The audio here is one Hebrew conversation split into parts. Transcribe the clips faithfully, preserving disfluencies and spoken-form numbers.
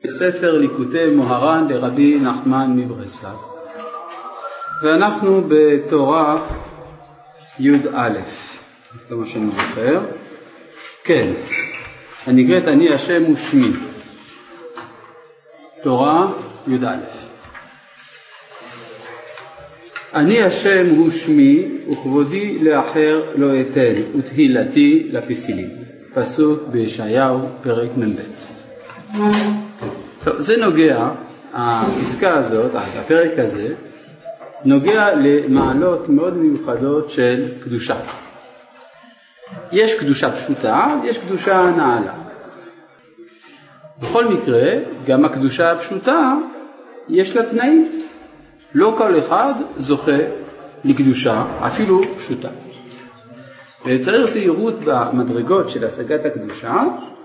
ספר ליקוטי מוהר"ן לרבי נחמן מברסלב, ואנחנו בתורה י"א, זה מה שאני זוכר. כן, הנקראת אני השם ושמי, תורה י"א. אני השם הוא שמי וכבודי לאחר לא אתן ותהילתי לפסילים. פסוק בישעיהו פרק מ"ב. טוב, זה נוגע, הפסקה הזאת, הפרק הזה, נוגע למעלות מאוד מיוחדות של קדושה. יש קדושה פשוטה, יש קדושה נעלה. בכל מקרה, גם הקדושה הפשוטה, יש לה תנאים. לא כל אחד זוכה לקדושה, אפילו פשוטה. וצריך זהירות במדרגות של השגת הקדושה.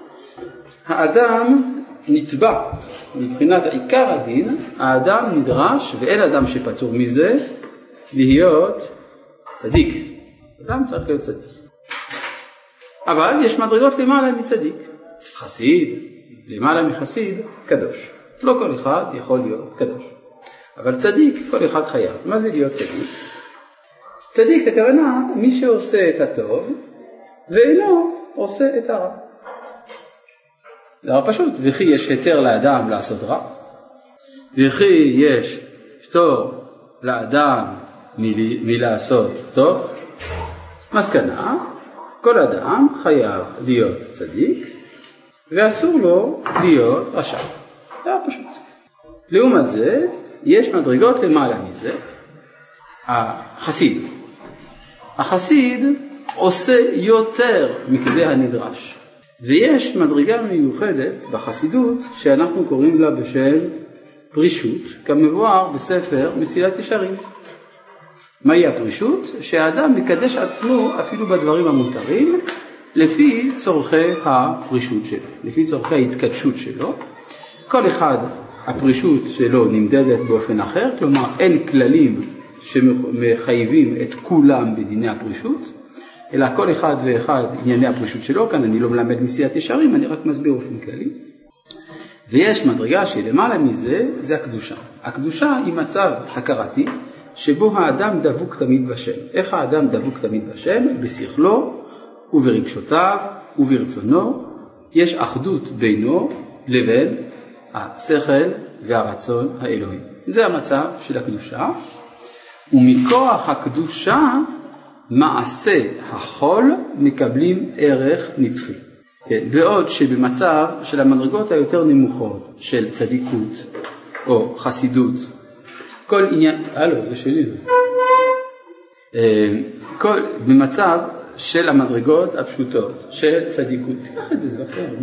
האדם נתבע, מבחינת עיקר הדין, האדם נדרש, ואין אדם שפטור מזה, להיות צדיק. אדם צריך להיות צדיק. אבל יש מדרגות למעלה מצדיק. חסיד, למעלה מחסיד, קדוש. לא כל אחד יכול להיות קדוש. אבל צדיק, כל אחד חייב. מה זה להיות צדיק? צדיק, הכוונה, מי שעושה את הטוב, ואינו עושה את הרע. זה רע פשוט, וכי יש היתר לאדם לעשות רע, וכי יש פטור לאדם מ- מלעשות טוב. מסקנה, כל אדם חייב להיות צדיק, ואסור לו להיות רשע. זה רע פשוט. לעומת זה, יש מדרגות למעלה מזה. החסיד. החסיד עושה יותר מכדי הנדרש. ויש מדרגה מיוחדת בחסידות שאנחנו קוראים לה בשם פרישות, כמבואר בספר מסילת ישרים. מהי הפרישות? שהאדם מקדש עצמו אפילו בדברים המותרים לפי צורכי הפרישות שלו, לפי צורכי ההתקדשות שלו. כל אחד הפרישות שלו נמדדת באופן אחר, כלומר אין כללים שמחייבים את כולם בדיני הפרישות, אלא כל אחד ואחד ענייני הפרישות שלו. כאן אני לא מלמד מסילת ישרים, אני רק מסביר באופן כללי. ויש מדרגה שלמעלה מזה, זה הקדושה. הקדושה היא מצב הכרתי, שבו האדם דבוק תמיד בשם. איך האדם דבוק תמיד בשם? בשכלו וברגשותיו וברצונו. יש אחדות בינו לבין השכל והרצון האלוהי. זה המצב של הקדושה. ומכוח הקדושה מעשה החול מקבלים ערך נצחי. כן, בעוד שבמצב של המדרגות היותר נמוכות של צדיקות או חסידות, כל עניין, הלו, זה שלי זה. כל, במצב של המדרגות הפשוטות של צדיקות, תיקח את זה, זה אחר.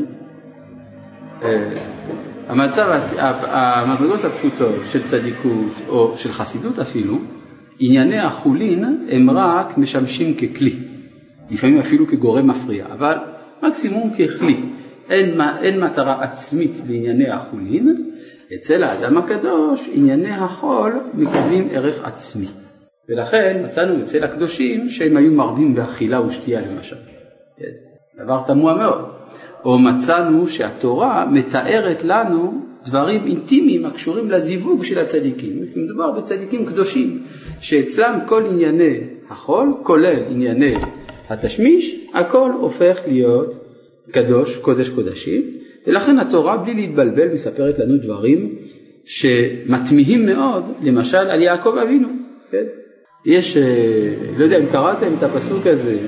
המצב, המדרגות הפשוטות של צדיקות או של חסידות אפילו, ענייני החולין הם רק משמשים ככלי, לפעמים אפילו כגורם מפריע, אבל מקסימום ככלי. אין, אין מטרה עצמית לענייני החולין. אצל האדם הקדוש ענייני החול מקבלים ערך עצמי, ולכן מצאנו אצל הקדושים שהם היו מרבים באכילה ושתייה למשל, דבר תמוה מאוד. או מצאנו שהתורה מתארת לנו דברים אינטימיים הקשורים לזיווג של הצדיקים. מדובר בצדיקים קדושים שאצלם כל ענייני החול, כולל ענייני התשמיש, הכל הופך להיות קדוש, קודש קודשים. ולכן התורה בלי להתבלבל מספרת לנו דברים שמתמיהים מאוד, למשל על יעקב אבינו. כן? יש, לא יודע אם קראתם את הפסוק הזה,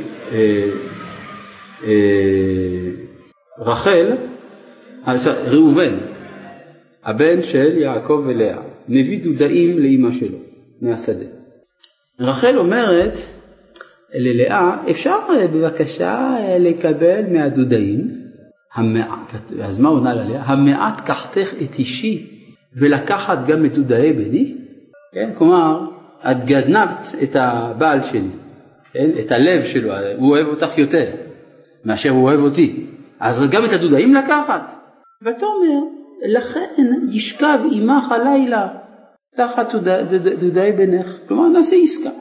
רחל, ראובן, הבן של יעקב ולאה, מביא דודאים לאמא שלו מהשדה. רחל אומרת ללאה, אפשר בבקשה לקבל מהדודאים המעט, אז מה עונה ללאה? המעט קחתך את אישי ולקחת גם את דודאי בני? כן? כלומר, את גנבת את הבעל שלי, כן? את הלב שלו, הוא אוהב אותך יותר מאשר הוא אוהב אותי, אז גם את הדודאים לקחת. ותאמר, לכן ישכב עמך הלילה תחת דודאי בנך. כלומר, נעשה עסקה.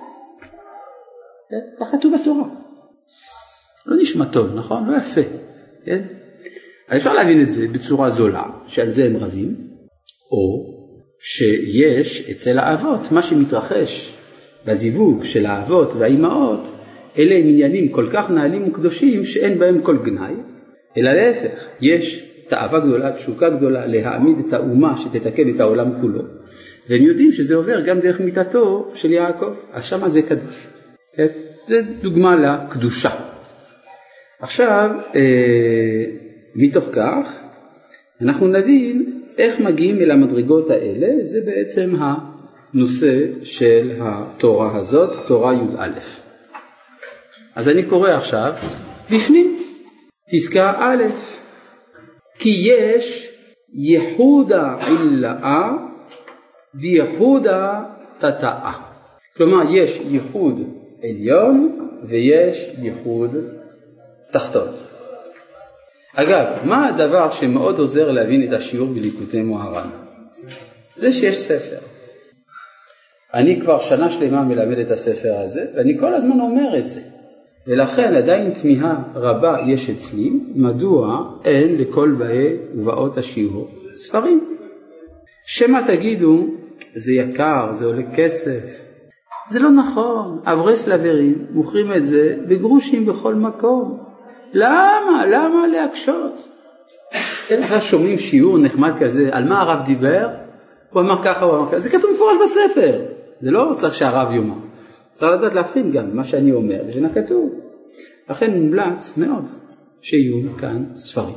כך כתוב בתורה. לא נשמע טוב, נכון? לא יפה. כן? אפשר להבין את זה בצורה זולה, שעל זה הם רבים, או שיש אצל האבות, מה שמתרחש בזיווג של האבות והאימהות, אלה הם עניינים כל כך נעלים וקדושים שאין בהם כל גנאי, אלא להפך, יש תאווה גדולה, תשוקה גדולה להעמיד את האומה שתתקן את העולם כולו, והם יודעים שזה עובר גם דרך מיתתו של יעקב, אז שמה זה קדוש. זה דוגמה לקדושה. עכשיו, מתוך כך, אנחנו נבין איך מגיעים אל המדרגות האלה, זה בעצם הנושא של התורה הזאת, תורה י"א. אז אני קורא עכשיו, בפנים, פסקה א', כי יש ייחודה עילאה וייחודה תתאה. כלומר, יש ייחוד עליון ויש ייחוד תחתון. אגב, מה הדבר שמאוד עוזר להבין את השיעור בליקוטי מוהר"ן? זה שיש ספר. אני כבר שנה שלמה מלמד את הספר הזה, ואני כל הזמן אומר את זה. ולכן עדיין תמיהה רבה יש אצלי, מדוע אין לכל באי ובאות השיעור ספרים. שמה תגידו, זה יקר, זה עולה כסף. זה לא נכון, הברסלברים מוכרים את זה בגרושים בכל מקום. למה? למה להקשות? איך שומעים שיעור נחמד כזה, על מה הרב דיבר? הוא אמר ככה, הוא אמר ככה. זה כתוב מפורש בספר. זה לא צריך שהרב יאמר. צריך לדעת להבחין גם מה שאני אומר, ושנה כתוב. לכן מומלץ מאוד שיהיו כאן ספרים.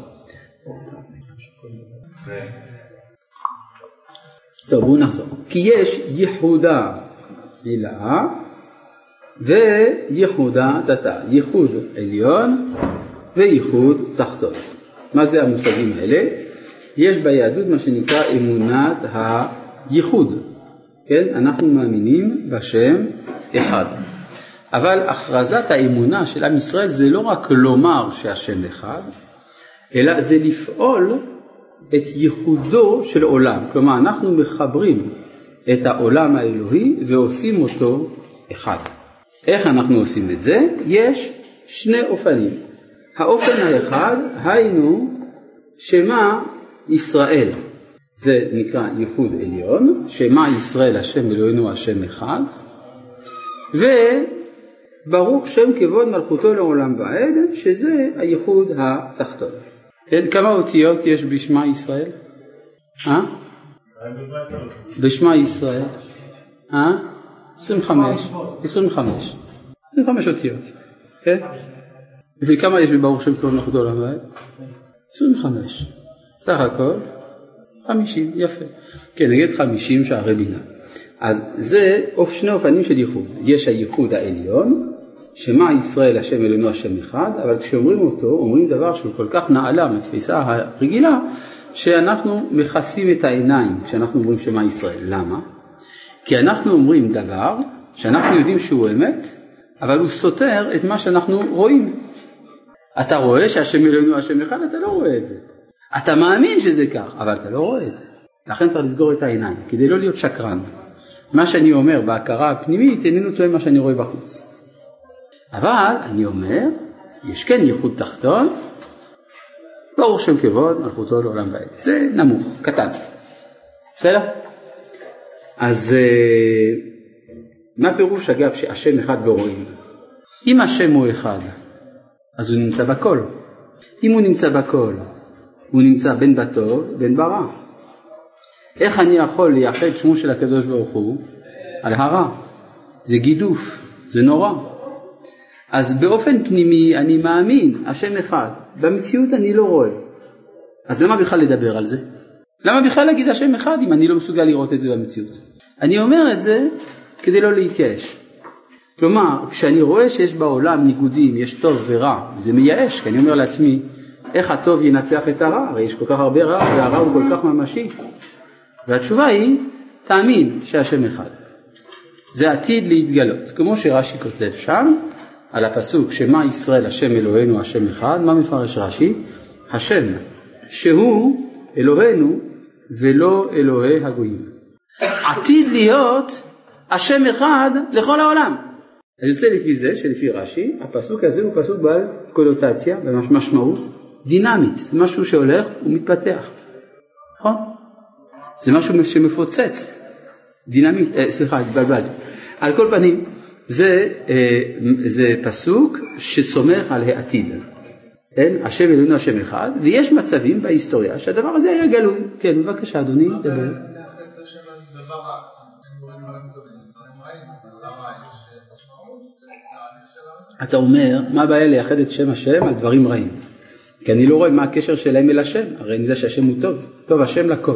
טוב, בואו נחזור. כי יש ייחודה עילאה וייחודה תתאה. ייחוד עליון וייחוד תחתון. מה זה המושגים האלה? יש ביהדות מה שנקרא אמונת הייחוד. כן? אנחנו מאמינים בשם אחד. אבל הכרזת האמונה של עם ישראל זה לא רק לומר שהשם אחד, אלא זה לפעול את ייחודו של עולם. כלומר, אנחנו מחברים את העולם האלוהי ועושים אותו אחד. איך אנחנו עושים את זה? יש שני אופנים. האופן האחד, היינו שמה ישראל. זה נקרא ייחוד עליון, שמה ישראל השם אלוהינו השם אחד. וברוך שם כבוד מלכותו לעולם ועד, שזה הייחוד התחתון. כן, כמה אותיות יש בשמה ישראל? אה? בשמה ישראל? אה? עשרים וחמש. עשרים וחמש. עשרים וחמש אותיות. כן? וכמה יש בברוך שם כבוד מלכותו לעולם ועד? עשרים וחמש. סך הכל חמישים, יפה. כן, נגיד חמישים שערי בינה. אז זה שני אופנים של ייחוד. יש הייחוד העליון, שמה ישראל השם אלוהינו השם אחד, אבל כשאומרים אותו, אומרים דבר שהוא כל כך נעלה מתפיסה הרגילה, שאנחנו מכסים את העיניים כשאנחנו אומרים שמה ישראל. למה? כי אנחנו אומרים דבר שאנחנו יודעים שהוא אמת, אבל הוא סותר את מה שאנחנו רואים. אתה רואה שהשם אלוהינו השם אחד, אתה לא רואה את זה. אתה מאמין שזה כך, אבל אתה לא רואה את זה. לכן צריך לסגור את העיניים, כדי לא להיות שקרן. מה שאני אומר בהכרה הפנימית איננו תואם מה שאני רואה בחוץ. אבל אני אומר, יש כן ייחוד תחתון, ברוך שם כבוד מלכותו לעולם ועד. זה נמוך, קטן. בסדר? אז מה פירוש אגב שהשם אחד לא רואים? אם השם הוא אחד, אז הוא נמצא בכל. אם הוא נמצא בכל, הוא נמצא בין בטוב בין ברע. איך אני יכול לייחד שמו של הקדוש ברוך הוא על הרע? זה גידוף, זה נורא. אז באופן פנימי אני מאמין, השם אחד. במציאות אני לא רואה. אז למה בכלל לדבר על זה? למה בכלל להגיד השם אחד אם אני לא מסוגל לראות את זה במציאות? אני אומר את זה כדי לא להתייאש. כלומר, כשאני רואה שיש בעולם ניגודים, יש טוב ורע, זה מייאש, כי אני אומר לעצמי, איך הטוב ינצח את הרע? הרי יש כל כך הרבה רע, והרע הוא כל כך ממשי. והתשובה היא, תאמין שהשם אחד. זה עתיד להתגלות. כמו שרש"י כותב שם, על הפסוק, שמה ישראל השם אלוהינו השם אחד, מה מפרש רש"י? השם, שהוא אלוהינו ולא אלוהי הגויים. עתיד להיות השם אחד לכל העולם. אני עושה לפי זה, שלפי רש"י, הפסוק הזה הוא פסוק בעל קונוטציה, במשמעות דינמית, זה משהו שהולך ומתפתח, נכון? זה משהו שמפוצץ, דינמית, אה, סליחה, התבלבלתי. על כל פנים, זה, אה, זה פסוק שסומך על העתיד. כן? השם אלוהינו השם אחד, ויש מצבים בהיסטוריה שהדבר הזה היה גלוי. כן, בבקשה, אדוני, דבר. אתה אומר, מה הבעיה לייחד את שם השם על דברים רעים? כי אני לא רואה מה הקשר שלהם אל השם, הרי אני יודע שהשם הוא טוב, טוב השם לכל.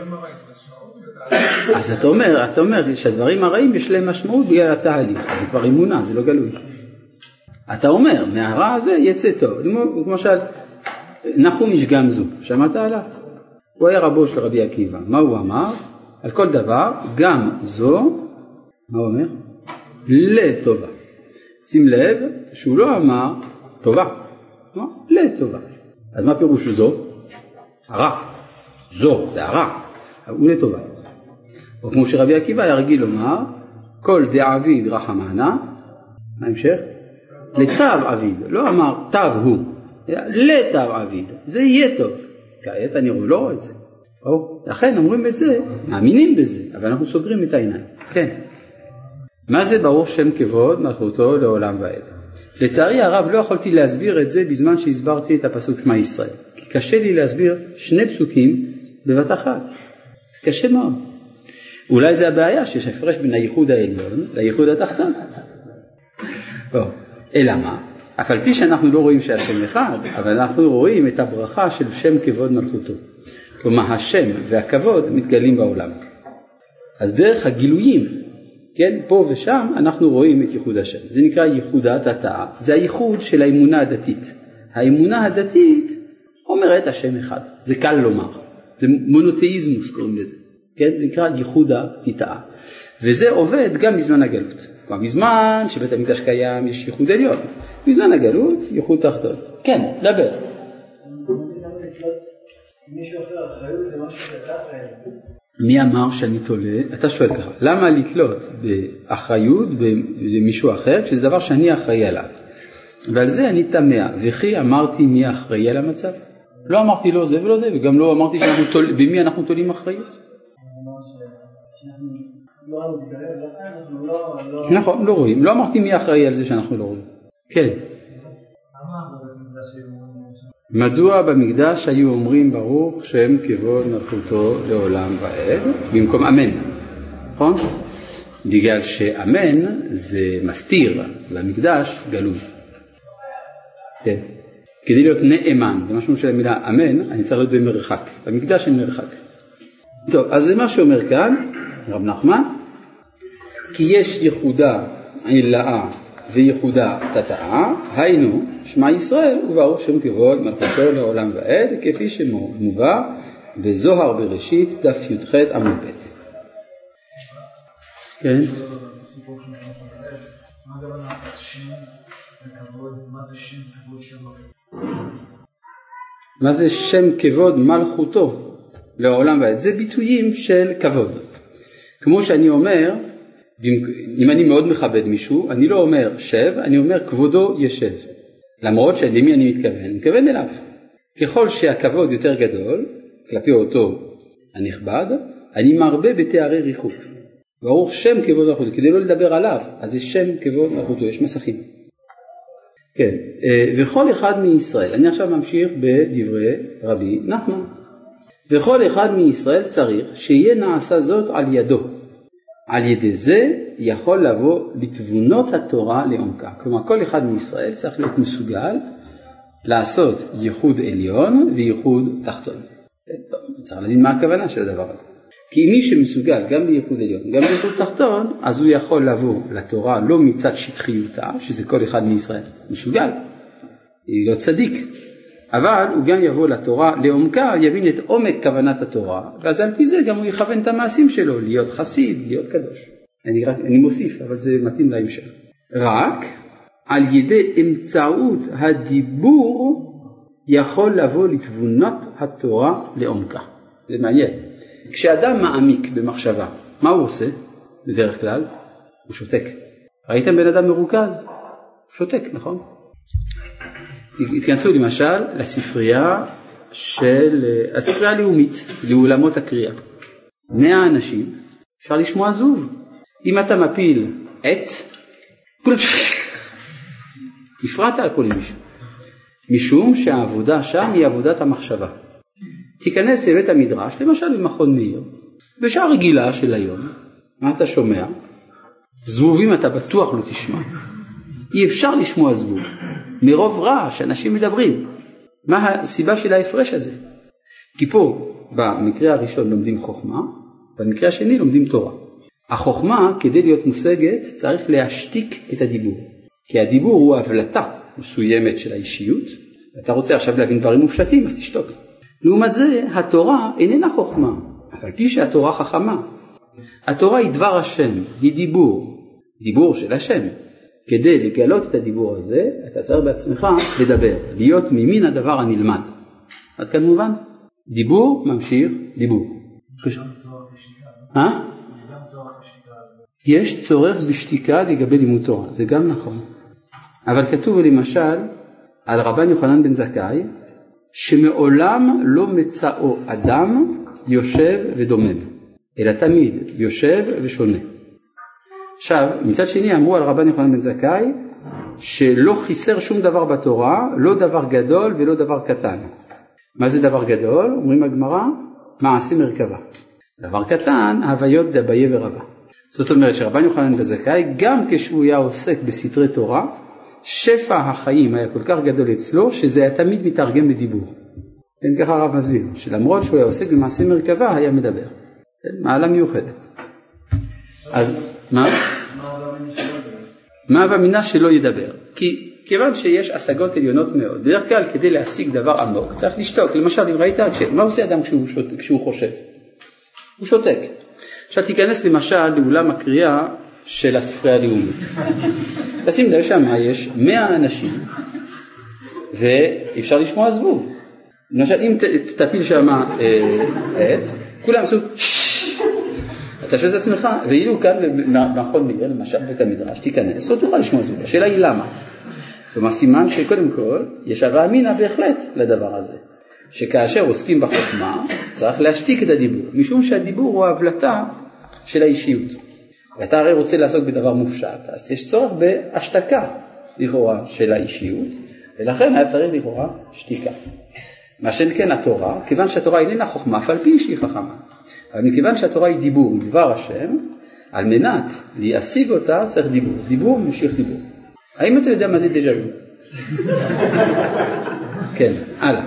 אז אתה אומר, אתה אומר שהדברים הרעים יש להם משמעות בגלל התהליך, אז זה כבר אמונה, זה לא גלוי. אתה אומר, מהרע הזה יצא טוב. למשל, נחום איש גמזו, שמעת עליו? הוא היה רבו של רבי עקיבא. מה הוא אמר? על כל דבר, גם זו, מה הוא אומר? לטובה. שים לב שהוא לא אמר טובה, לא? לטובה. אז מה פירוש זו? הרע. זו, זה הרע. הוא לטובה. או כמו שרבי עקיבא היה רגיל לומר, כל דעביד רחמנה, מה המשך? לטב עביד, לא אמר טב הוא, לטב עביד, זה יהיה טוב. כעת אני לא רואה את זה. או, לכן אומרים את זה, מאמינים בזה, אבל אנחנו סוגרים את העיניים. כן. מה זה ברוך שם כבוד מלכותו לעולם ועד? לצערי הרב לא יכולתי להסביר את זה בזמן שהסברתי את הפסוק שמע ישראל. כי קשה לי להסביר שני פסוקים בבת אחת. זה קשה מאוד. אולי זה הבעיה שיש הפרש בין הייחוד העליון לייחוד התחתון. לא. אלא מה? אף על פי שאנחנו לא רואים שהשם אחד, אבל אנחנו רואים את הברכה של שם כבוד מלכותו. כלומר, השם והכבוד מתגלים בעולם. אז דרך הגילויים, כן, פה ושם אנחנו רואים את ייחוד השם. זה נקרא ייחודת התאה. זה הייחוד של האמונה הדתית. האמונה הדתית אומרת השם אחד. זה קל לומר. זה מונותאיזמוס קוראים לזה. כן, זה נקרא ייחודה תתאה. וזה עובד גם בזמן הגלות. כלומר, בזמן שבית המקדש קיים יש ייחוד עליון. בזמן הגלות, ייחוד תחתון. כן, דבר. מי אמר שאני תולה? אתה שואל ככה, למה לתלות באחריות במישהו אחר, כשזה דבר שאני אחראי עליו? ועל זה אני תמה, וכי אמרתי מי אחראי על המצב? לא אמרתי לא זה ולא זה, וגם לא אמרתי תול... במי אנחנו תולים אחריות. נכון, לא רואים. לא אמרתי מי אחראי על זה שאנחנו לא רואים. כן. מדוע במקדש היו אומרים ברוך שם כבוד מלכותו לעולם ועד במקום אמן? נכון? בגלל שאמן זה מסתיר, במקדש גלוי. כן. כדי להיות נאמן, זה משהו של המילה אמן, אני צריך להיות במרחק. במקדש אין מרחק. טוב, אז זה מה שאומר כאן, רב נחמן, כי יש ייחודה עילאה וייחודה תתאה, היינו, שמע ישראל וברוך שם כבוד מלכותו לעולם ועד, כפי שמובא בזוהר בראשית דף י"ח עמוד ב'. כן? מה זה שם כבוד מלכותו לעולם ועד? זה ביטויים של כבוד. כמו שאני אומר, אם אני מאוד מכבד מישהו, אני לא אומר שב, אני אומר כבודו ישב. למרות שלמי אני מתכוון? אני מתכוון אליו. ככל שהכבוד יותר גדול, כלפי אותו הנכבד, אני מרבה בתארי ריחוק. ברוך שם כבוד מלכותו, כדי לא לדבר עליו, אז זה שם כבוד מלכותו, יש מסכים. כן, וכל אחד מישראל, אני עכשיו ממשיך בדברי רבי נחמן, וכל אחד מישראל צריך שיהיה נעשה זאת על ידו. על ידי זה יכול לבוא לתבונות התורה לעומקה. כלומר, כל אחד מישראל צריך להיות מסוגל לעשות ייחוד עליון וייחוד תחתון. טוב, צריך להבין מה הכוונה של הדבר הזה. כי מי שמסוגל גם בייחוד עליון, גם בייחוד תחתון, אז הוא יכול לבוא לתורה לא מצד שטחיותה, שזה כל אחד מישראל מסוגל, היא לא צדיק, אבל הוא גם יבוא לתורה לעומקה, יבין את עומק כוונת התורה, ואז על פי זה גם הוא יכוון את המעשים שלו, להיות חסיד, להיות קדוש. אני, אני מוסיף, אבל זה מתאים להמשך. רק על ידי אמצעות הדיבור יכול לבוא לתבונות התורה לעומקה. זה מעניין. כשאדם מעמיק במחשבה, מה הוא עושה? בדרך כלל, הוא שותק. ראיתם בן אדם מרוכז? הוא שותק, נכון? תכנסו למשל לספרייה של, הספרייה הלאומית, לאולמות הקריאה. מאה אנשים, אפשר לשמוע זוב. אם אתה מפיל את, כולם הפרעת על כל מישהו. משום שהעבודה שם היא עבודת המחשבה. תיכנס לבית המדרש, למשל במכון מאיר, בשעה רגילה של היום, מה אתה שומע? זבובים אתה בטוח לא תשמע. אי אפשר לשמוע זבוב. מרוב רע שאנשים מדברים. מה הסיבה של ההפרש הזה? כי פה, במקרה הראשון לומדים חוכמה, במקרה השני לומדים תורה. החוכמה, כדי להיות מושגת, צריך להשתיק את הדיבור. כי הדיבור הוא הבלטה מסוימת של האישיות. אתה רוצה עכשיו להבין דברים מופשטים, אז תשתוק. לעומת זה, התורה איננה חוכמה, אבל פי שהתורה חכמה. התורה היא דבר השם, היא דיבור, דיבור של השם. כדי לגלות את הדיבור הזה, אתה צריך בעצמך לדבר, להיות ממין הדבר הנלמד. עד כאן מובן? דיבור ממשיך דיבור. אה? יש צורך בשתיקה לגבי לימוד תורה, זה גם נכון. אבל כתוב למשל על רבן יוחנן בן זכאי, שמעולם לא מצאו אדם יושב ודומם, אלא תמיד יושב ושונה. עכשיו, מצד שני אמרו על רבן יוחנן בן זכאי, שלא חיסר שום דבר בתורה, לא דבר גדול ולא דבר קטן. מה זה דבר גדול? אומרים הגמרא, מעשה מרכבה. דבר קטן, הוויות דביה ורבה. זאת אומרת שרבן יוחנן בן זכאי, גם כשהוא היה עוסק בסתרי תורה, שפע החיים היה כל כך גדול אצלו, שזה היה תמיד מתרגם לדיבור. כן, ככה הרב מסביר, שלמרות שהוא היה עוסק במעשה מרכבה, היה מדבר. כן, מעלה מיוחדת. אז, מה? מה במינה שלא ידבר? כי כיוון שיש השגות עליונות מאוד, בדרך כלל כדי להשיג דבר עמוק, צריך לשתוק. למשל, אם ראית, מה עושה אדם כשהוא, שוט, כשהוא חושב? הוא שותק. עכשיו תיכנס למשל לאולם הקריאה של הספרייה הלאומית. תשים לב שם, יש מאה אנשים, ואפשר לשמוע זבוב. למשל, אם תפיל שם עץ, כולם עשו אתה שואל את עצמך, ואילו כאן במכון מאיר, למשל בית המדרש, תיכנס, לא תוכל לשמוע זבוב. השאלה היא למה? כלומר, סימן שקודם כל, יש הווה אמינה בהחלט לדבר הזה. שכאשר עוסקים בחוכמה, צריך להשתיק את הדיבור, משום שהדיבור הוא ההבלטה של האישיות. ואתה הרי רוצה לעסוק בדבר מופשט, אז יש צורך בהשתקה לכאורה של האישיות, ולכן היה צריך לכאורה שתיקה. מה שאין התורה, כיוון שהתורה איננה חוכמה, אף על פי שהיא חכמה. אבל מכיוון שהתורה היא דיבור, היא דבר השם, על מנת להשיג אותה צריך דיבור. דיבור ממשיך דיבור. האם אתה יודע מה זה דז'ה וו? כן, הלאה.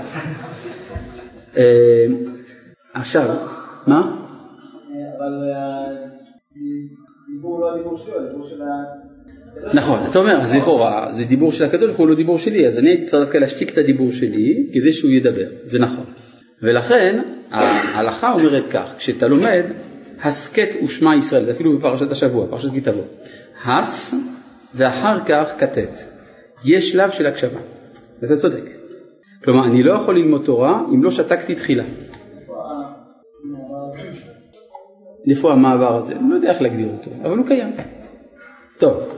עכשיו, מה? אבל דיבור לא הדיבור שלי, הדיבור של ה... נכון, אתה אומר, אז לכאורה, זה דיבור של הקדוש, הוא לא דיבור שלי, אז אני הייתי צריך דווקא להשתיק את הדיבור שלי, כדי שהוא ידבר, זה נכון. ולכן, ההלכה אומרת כך, כשאתה לומד, הסקט ושמע ישראל, זה אפילו בפרשת השבוע, פרשת כי תבוא. הס, ואחר כך כתת. יש שלב של הקשבה, ואתה צודק. כלומר, אני לא יכול ללמוד תורה, אם לא שתקתי תחילה. איפה המעבר הזה? אני לא יודע איך להגדיר אותו, אבל הוא קיים. טוב.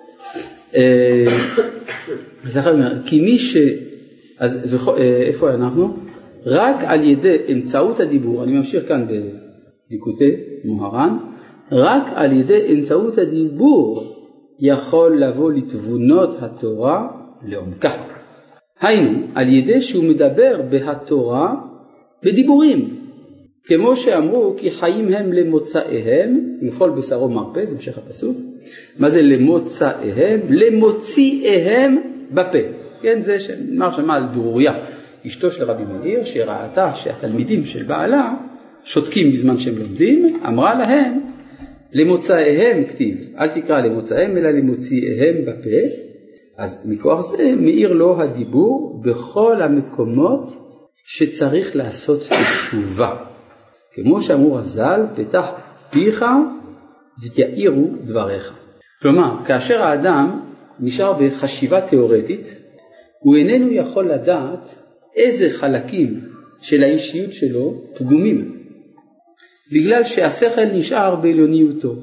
אז אחר אומר, כי מי ש... אז איפה אנחנו? רק על ידי אמצעות הדיבור, אני ממשיך כאן בליקוטי מוהר"ן, רק על ידי אמצעות הדיבור יכול לבוא לתבונות התורה לעומקה. היינו, על ידי שהוא מדבר בהתורה בדיבורים, כמו שאמרו כי חיים הם למוצאיהם, לכל בשרו מרפא, זה המשך הפסוק. מה זה למוצאיהם? למוציאיהם בפה. כן, זה שנאמר שמה על דוריה, אשתו של רבי מאיר, שראתה שהתלמידים של בעלה שותקים בזמן שהם לומדים, אמרה להם, למוצאיהם כתיב, אל תקרא למוצאיהם אלא למוציאיהם בפה. אז מכוח זה מאיר לו הדיבור בכל המקומות שצריך לעשות תשובה. כמו שאמרו הז"ל, פתח פיך ותיאירו דבריך. כלומר, כאשר האדם נשאר בחשיבה תיאורטית, הוא איננו יכול לדעת איזה חלקים של האישיות שלו פגומים. בגלל שהשכל נשאר בעליוניותו.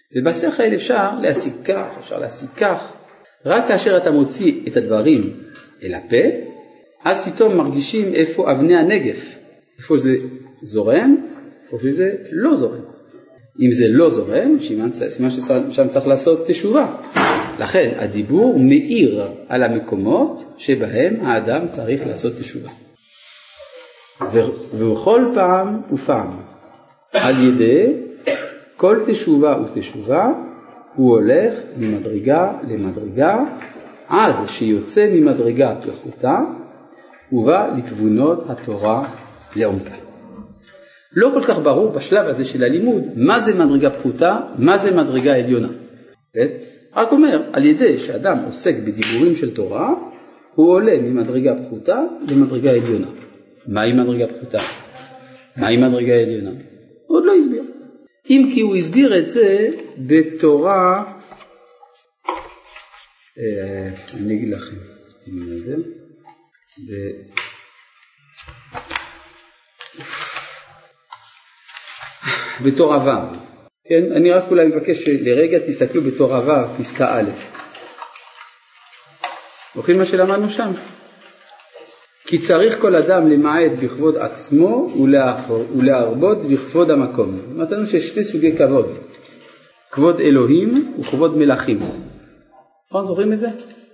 ובשכל אפשר להשיג כך, אפשר להשיג כך. רק כאשר אתה מוציא את הדברים אל הפה, אז פתאום מרגישים איפה אבני הנגף, איפה זה זורם, איפה זה לא זורם. אם זה לא זורם, סימן ששם צריך לעשות תשובה. לכן הדיבור מאיר על המקומות שבהם האדם צריך לעשות תשובה. ובכל פעם ופעם, על ידי כל תשובה ותשובה, הוא הולך ממדרגה למדרגה, עד שיוצא ממדרגה פחותה, ובא לתבונות התורה לעומקה. לא כל כך ברור בשלב הזה של הלימוד, מה זה מדרגה פחותה, מה זה מדרגה עליונה. רק אומר, על ידי שאדם עוסק בדיבורים של תורה, הוא עולה ממדרגה פחותה למדרגה עליונה. מהי מדרגה פחותה? מהי מדרגה עליונה? עוד לא הסביר. אם כי הוא הסביר את זה בתורה, אני אגיד לכם, בתורה ו', כן? אני רק אולי מבקש לרגע תסתכלו בתורה ו', פסקה א'. זוכרים מה שלמדנו שם? כי צריך כל אדם למעט בכבוד עצמו ולהרבות בכבוד המקום. מצאנו שיש שתי סוגי כבוד. כבוד אלוהים וכבוד מלאכים. נכון, זוכרים את זה?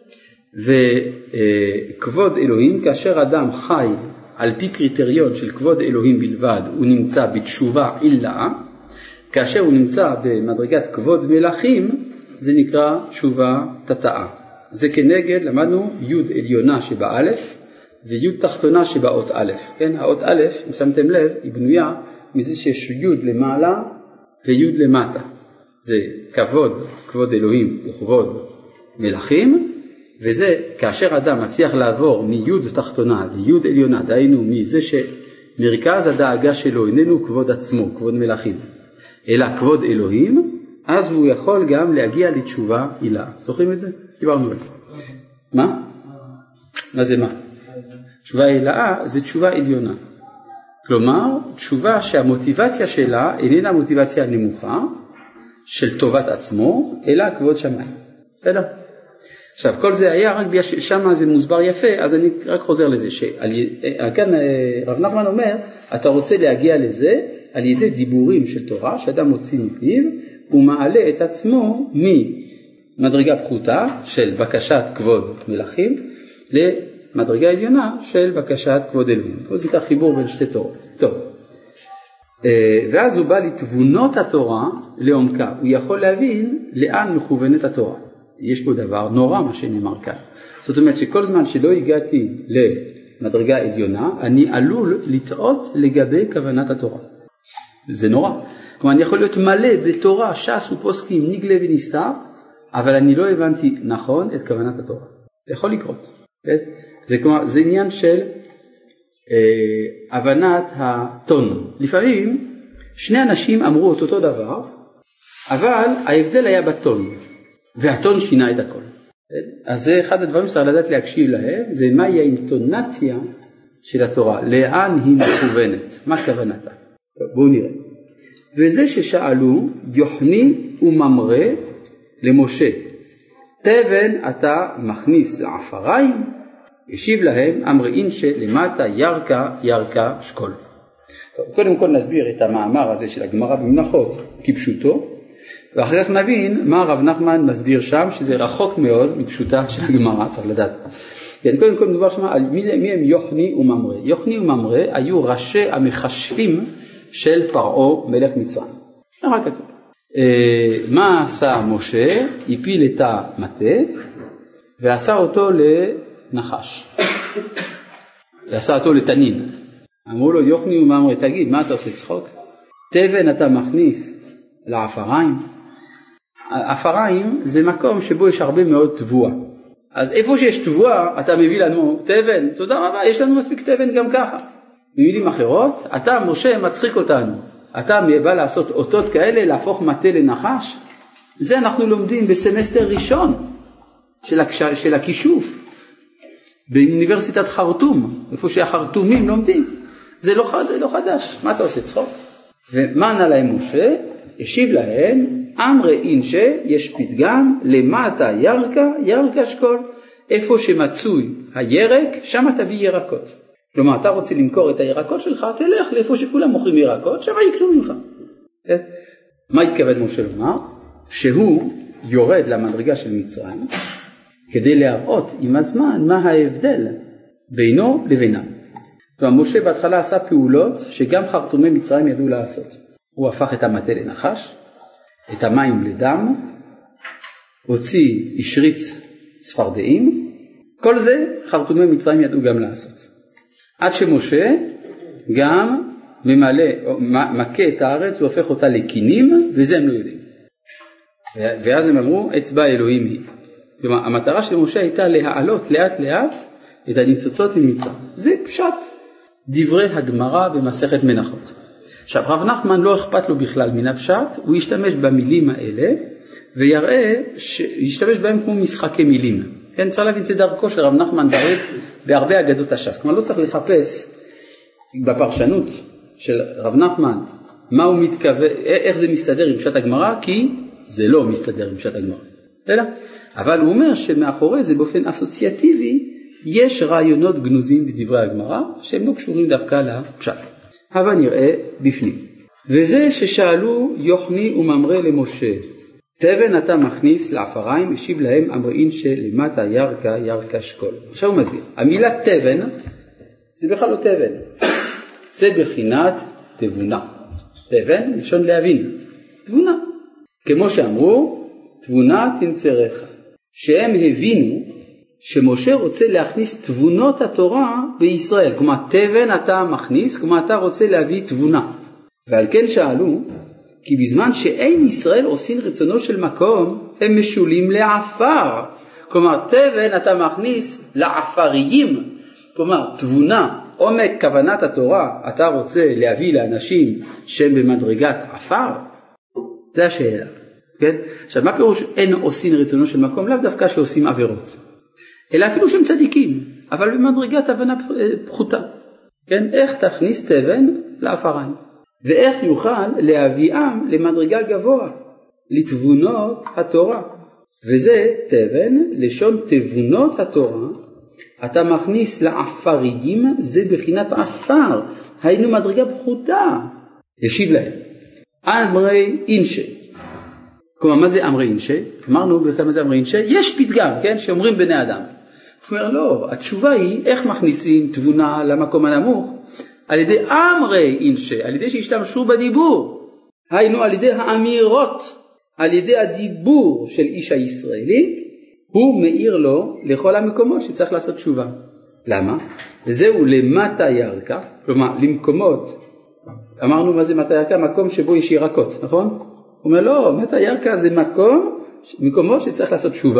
וכבוד אלוהים, כאשר אדם חי על פי קריטריון של כבוד אלוהים בלבד, הוא נמצא בתשובה עילאה. כאשר הוא נמצא במדרגת כבוד מלאכים, זה נקרא תשובה תתאה. זה כנגד, למדנו, י' עליונה שבאלף, וי' תחתונה שבאות א', כן? האות א', אם שמתם לב, היא בנויה מזה שיש י' למעלה וי' למטה. זה כבוד, כבוד אלוהים וכבוד מלאכים, וזה כאשר אדם מצליח לעבור מי' תחתונה לי' עליונה, דהיינו מזה שמרכז הדאגה שלו איננו כבוד עצמו, כבוד מלאכים, אלא כבוד אלוהים, אז הוא יכול גם להגיע לתשובה עילאה. זוכרים את זה? דיברנו על זה. מה? מה זה מה? תשובה עילאה זה תשובה עליונה. כלומר, תשובה שהמוטיבציה שלה איננה מוטיבציה נמוכה של טובת עצמו, אלא כבוד שמיים. בסדר? עכשיו, כל זה היה רק בגלל ששם זה מוסבר יפה, אז אני רק חוזר לזה. כאן רב נחמן אומר, אתה רוצה להגיע לזה על ידי דיבורים של תורה, שאדם מוציא מפיו, הוא מעלה את עצמו ממדרגה פחותה של בקשת כבוד מלאכים, למדרגה עליונה של בקשת כבוד אלוהים. פה זה כך חיבור בין שתי תורות. טוב. ואז הוא בא לתבונות התורה לעומקה. הוא יכול להבין לאן מכוונת התורה. יש פה דבר נורא מה שנאמר כאן. זאת אומרת שכל זמן שלא הגעתי למדרגה עליונה, אני עלול לטעות לגבי כוונת התורה. זה נורא. כלומר, אני יכול להיות מלא בתורה, ש"ס ופוסקים, נגלה ונסתר, אבל אני לא הבנתי נכון את כוונת התורה. זה יכול לקרות. זה, כלומר, זה עניין של אה, הבנת הטון. לפעמים שני אנשים אמרו את אותו דבר, אבל ההבדל היה בטון, והטון שינה את הכל. אז זה אחד הדברים שצריך לדעת להקשיב להם, זה מהי האינטונציה של התורה, לאן היא מכוונת, מה כוונתה. בואו נראה. וזה ששאלו יוחני וממרא למשה, תבן אתה מכניס לעפריים, השיב להם אמראין שלמטה ירקה ירקה שקול. טוב, קודם כל נסביר את המאמר הזה של הגמרא במנחות כפשוטו, ואחר כך נבין מה רב נחמן מסביר שם, שזה רחוק מאוד מפשוטה של הגמרא, צריך לדעת. כן, קודם כל מדובר שמה על מי, מי הם יוחני וממרא. יוחני וממרא היו ראשי המחשבים של פרעה מלך מצרים. רק כתוב. מה עשה משה? הפיל את המטה ועשה אותו לנחש. ועשה אותו לתנין. אמרו לו יוחני וממרא, תגיד, מה אתה עושה צחוק? תבן אתה מכניס לעפריים. עפריים זה מקום שבו יש הרבה מאוד תבואה. אז איפה שיש תבואה אתה מביא לנו תבן, תודה רבה, יש לנו מספיק תבן גם ככה. במילים אחרות, אתה משה מצחיק אותנו, אתה בא לעשות אותות כאלה, להפוך מטה לנחש. זה אנחנו לומדים בסמסטר ראשון של, הקש... של הכישוף באוניברסיטת חרטום, איפה שהחרטומים לומדים. זה לא, חד... לא חדש, מה אתה עושה צחוק? ומה ענה להם משה? השיב להם אמראין שיש פתגם למטה ירקה ירקה שקול, איפה שמצוי הירק, שם תביא ירקות. כלומר, אתה רוצה למכור את הירקות שלך, תלך לאיפה שכולם מוכרים ירקות, שם יקנו ממך. מה התכוון משה לומר? שהוא יורד למדרגה של מצרים, כדי להראות עם הזמן מה ההבדל בינו לבינם. כלומר, משה בהתחלה עשה פעולות שגם חרטומי מצרים ידעו לעשות. הוא הפך את המטה לנחש, את המים לדם, הוציא השריץ צפרדעים, כל זה חרטומי מצרים ידעו גם לעשות. עד שמשה גם ממלא, מכה את הארץ והופך אותה לקינים, וזה הם לא יודעים. ואז הם אמרו, אצבע אלוהים היא. כלומר, המטרה של משה הייתה להעלות לאט לאט את הניצוצות ממצרים. זה פשט דברי הגמרא במסכת מנחות. עכשיו, רב נחמן לא אכפת לו בכלל מן הפשט, הוא ישתמש במילים האלה, ויראה שישתמש בהם כמו משחקי מילים. כן, צריך להבין, זה דרכו של רב נחמן בהרבה אגדות הש"ס. כלומר, לא צריך לחפש בפרשנות של רב נחמן מה הוא מתכוון, איך זה מסתדר עם פשט הגמרא, כי זה לא מסתדר עם פשט הגמרא. אלא? אבל הוא אומר שמאחורי זה באופן אסוציאטיבי, יש רעיונות גנוזים בדברי הגמרא, שהם לא קשורים דווקא לפשט. אבל נראה בפנים. וזה ששאלו יוחני וממרא למשה, תבן אתה מכניס לעפריים, השיב להם אמראין שלמטה ירקה ירקה שקול. עכשיו הוא מסביר, המילה תבן, זה בכלל לא תבן, זה בחינת תבונה. תבן, לשון להבין, תבונה. כמו שאמרו, תבונה תנצרך. שהם הבינו שמשה רוצה להכניס תבונות התורה בישראל. כלומר, תבן אתה מכניס, כלומר אתה רוצה להביא תבונה. ועל כן שאלו, כי בזמן שאין ישראל עושים רצונו של מקום, הם משולים לעפר. כלומר, תבן אתה מכניס לעפריים. כלומר, תבונה, עומק כוונת התורה, אתה רוצה להביא לאנשים שהם במדרגת עפר? זה השאלה. כן? עכשיו, מה פירוש אין עושים רצונו של מקום? לאו דווקא שעושים עבירות. אלא אפילו שהם צדיקים, אבל במדרגת הבנה פחותה. כן? איך תכניס תבן לעפריים? ואיך יוכל להביאם למדרגה גבוה, לתבונות התורה. וזה תבן, לשון תבונות התורה, אתה מכניס לעפריים, זה בחינת עפר, היינו מדרגה פחותה. ישיב להם, אמרי אינשה. כלומר, מה זה אמרי אינשה? אמרנו בכלל מה זה אמרי אינשה? יש פתגם, כן, שאומרים בני אדם. הוא אומר, לא, התשובה היא, איך מכניסים תבונה למקום הנמוך? על ידי אמרי אינשה, על ידי שהשתמשו בדיבור. היינו על ידי האמירות, על ידי הדיבור של איש הישראלי, הוא מאיר לו לכל המקומות שצריך לעשות תשובה. למה? זהו למטה ירקה, כלומר למקומות, אמרנו מה זה מטה ירקה? מקום שבו יש ירקות, נכון? הוא אומר לא, מטה ירקה זה מקום, מקומות שצריך לעשות תשובה.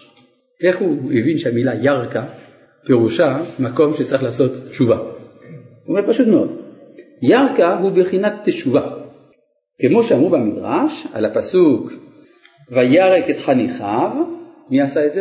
איך הוא הבין שהמילה ירקה פירושה מקום שצריך לעשות תשובה? הוא אומר פשוט מאוד, ירקה הוא בחינת תשובה. כמו שאמרו במדרש על הפסוק וירק את חניכיו, מי עשה את זה?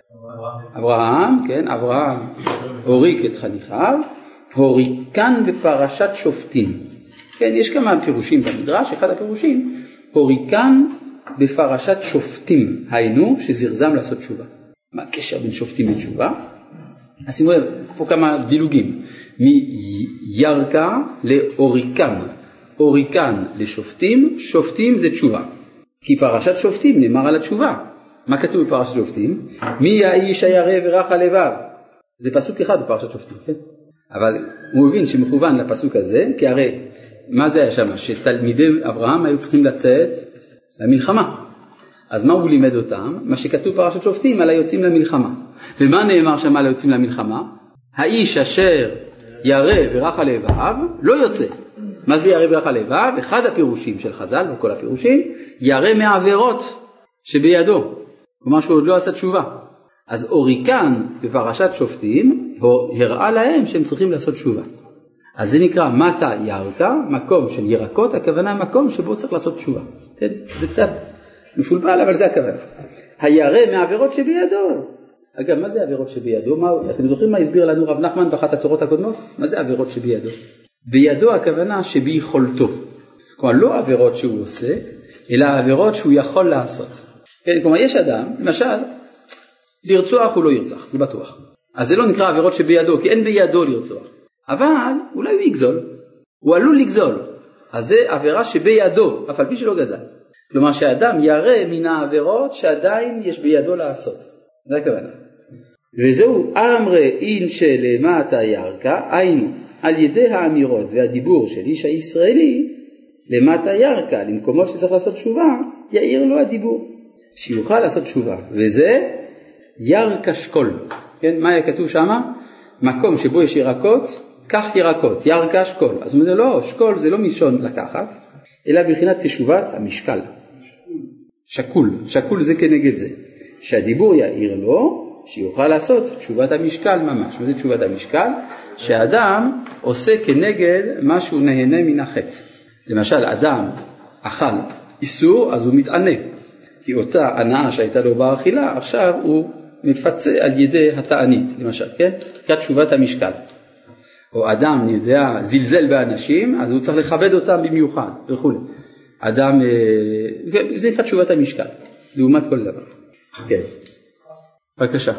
אברהם, כן, אברהם הוריק את חניכיו, הוריקן בפרשת שופטים. כן, יש כמה פירושים במדרש, אחד הפירושים, הוריקן בפרשת שופטים, היינו שזרזם לעשות תשובה. מה הקשר בין שופטים לתשובה? אז שימו לב, פה כמה דילוגים, מירקה להוריקן, הוריקן לשופטים, שופטים זה תשובה. כי פרשת שופטים נאמר על התשובה. מה כתוב בפרשת שופטים? מי האיש הירא ורך הלבב? זה פסוק אחד בפרשת שופטים, כן? אבל הוא מבין שמכוון לפסוק הזה, כי הרי מה זה היה שם? שתלמידי אברהם היו צריכים לצאת למלחמה. אז מה הוא לימד אותם? מה שכתוב בפרשת שופטים על היוצאים למלחמה. ומה נאמר שם על היוצאים למלחמה? האיש אשר ירא ורך הלבב לא יוצא. מה זה ירא ורך הלבב? אחד הפירושים של חז"ל וכל הפירושים, ירא מעבירות שבידו. כלומר שהוא עוד לא עשה תשובה. אז אוריקן בפרשת שופטים הראה להם שהם צריכים לעשות תשובה. אז זה נקרא מטה ירקה, מקום של ירקות, הכוונה מקום שבו צריך לעשות תשובה. כן? זה קצת מפולפל, אבל זה הכוונה. הירא מעבירות שבידו. אגב, מה זה עבירות שבידו? מה, אתם זוכרים מה הסביר לנו רב נחמן באחת התורות הקודמות? מה זה עבירות שבידו? בידו הכוונה שביכולתו. כלומר, לא עבירות שהוא עושה, אלא עבירות שהוא יכול לעשות. כן, כלומר, יש אדם, למשל, לרצוח הוא לא ירצח, זה בטוח. אז זה לא נקרא עבירות שבידו, כי אין בידו לרצוח. אבל אולי הוא יגזול, הוא עלול לגזול. אז זה עבירה שבידו, אף על פי שלא גזל. כלומר שהאדם ירא מן העבירות שעדיין יש בידו לעשות. זה הכוונה. וזהו אמרי אין שלמטה ירקה, היינו, על ידי האמירות והדיבור של איש הישראלי, למטה ירקה, למקומות שצריך לעשות תשובה, יאיר לו הדיבור, שיוכל לעשות תשובה. וזה ירקה שקול. כן? מה היה כתוב שמה? מקום שבו יש ירקות, כך ירקות, ירקה שקול. אז זה לא, שקול זה לא מישון לקחת, אלא בבחינת תשובת המשקל. שקול, שקול זה כנגד זה. שהדיבור יאיר לו, שיוכל לעשות תשובת המשקל ממש. מה זה תשובת המשקל? שהאדם עושה כנגד מה שהוא נהנה מן החטא. למשל, אדם אכל איסור, אז הוא מתענה. כי אותה הנאה שהייתה לו באכילה, עכשיו הוא מפצה על ידי התענית, למשל, כן? כת תשובת המשקל. או אדם, אני יודע, זלזל באנשים, אז הוא צריך לכבד אותם במיוחד, וכו'. אדם, זה כת תשובת המשקל, לעומת כל דבר. כן. בבקשה.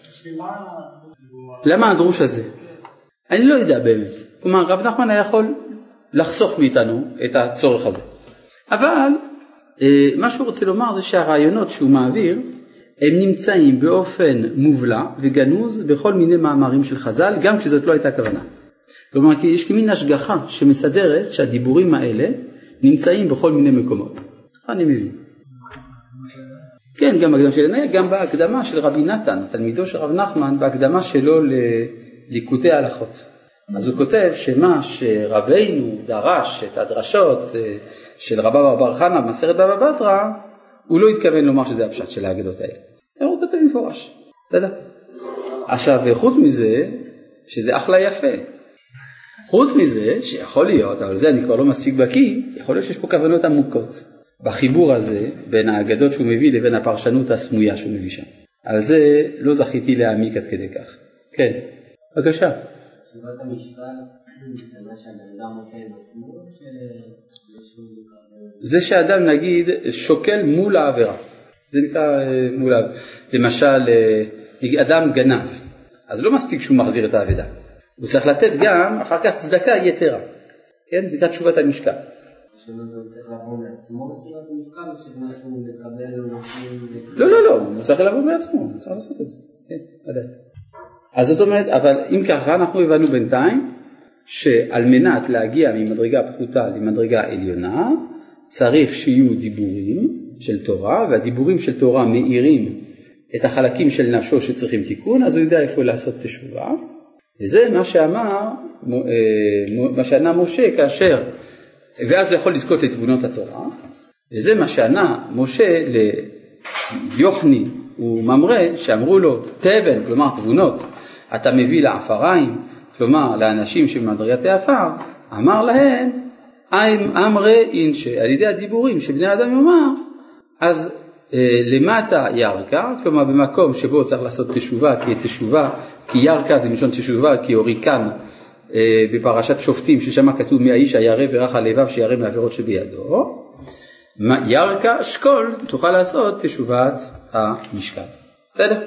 למה הדרוש הזה? אני לא יודע באמת. כלומר, רב נחמן היה יכול לחסוך מאיתנו את הצורך הזה. אבל מה שהוא רוצה לומר זה שהרעיונות שהוא מעביר, הם נמצאים באופן מובלע וגנוז בכל מיני מאמרים של חז"ל, גם כשזאת לא הייתה כוונה. כלומר, כי יש כמין השגחה שמסדרת שהדיבורים האלה נמצאים בכל מיני מקומות. אני מבין. כן, גם בהקדמה של עניה, גם בהקדמה של רבי נתן, תלמידו של רב נחמן, בהקדמה שלו לליקוטי ההלכות. אז הוא כותב שמה שרבינו דרש את הדרשות של רבא בר חנא במסכת בבא בתרא, הוא לא התכוון לומר שזה הפשט של ההגדות האלה. הוא כותב מפורש. בסדר? עכשיו, חוץ מזה, שזה אחלה יפה. חוץ מזה, שיכול להיות, אבל זה אני כבר לא מספיק בקיא, יכול להיות שיש פה כוונות עמוקות. בחיבור הזה, בין ההגדות שהוא מביא לבין הפרשנות הסמויה שהוא מביא שם. על זה לא זכיתי להעמיק עד כדי כך. כן, בבקשה. תשובת המשקל, זה מה שהאדם עושה עם עצמו, זה שאדם נגיד שוקל מול העבירה. זה נקרא מול העבירה. למשל, אדם גנב, אז לא מספיק שהוא מחזיר את העבודה. הוא צריך לתת גם אחר כך צדקה יתרה. כן, זה נקרא תשובת המשקל. הוא צריך לבוא מעצמו תשובת המשקל, או שזה משהו לקבל נושאים... לא, לא, לא, הוא צריך לבוא מעצמו, הוא צריך לעשות את זה. כן, עדיין. אז זאת אומרת, אבל אם ככה אנחנו הבנו בינתיים, שעל מנת להגיע ממדרגה פחותה למדרגה עליונה, צריך שיהיו דיבורים של תורה, והדיבורים של תורה מאירים את החלקים של נפשו שצריכים תיקון, אז הוא יודע איפה לעשות תשובה. וזה מה שאמר, מה שענה משה כאשר, ואז הוא יכול לזכות לתבונות התורה, וזה מה שענה משה ליוחני וממרא, שאמרו לו, תבן, כלומר תבונות, אתה מביא לעפריים, כלומר לאנשים שבמדרגת העפר, אמר להם, אמרי אינשה, על ידי הדיבורים שבני האדם יאמר, אז אה, למטה ירקה, כלומר במקום שבו צריך לעשות תשובה, כי תשובה, כי ירקה זה משון תשובה, כי אוריקן אה, בפרשת שופטים, ששם כתוב מהאיש הירא ורך הלבב שירא מעבירות שבידו, ירקה שקול תוכל לעשות תשובת המשקל. בסדר?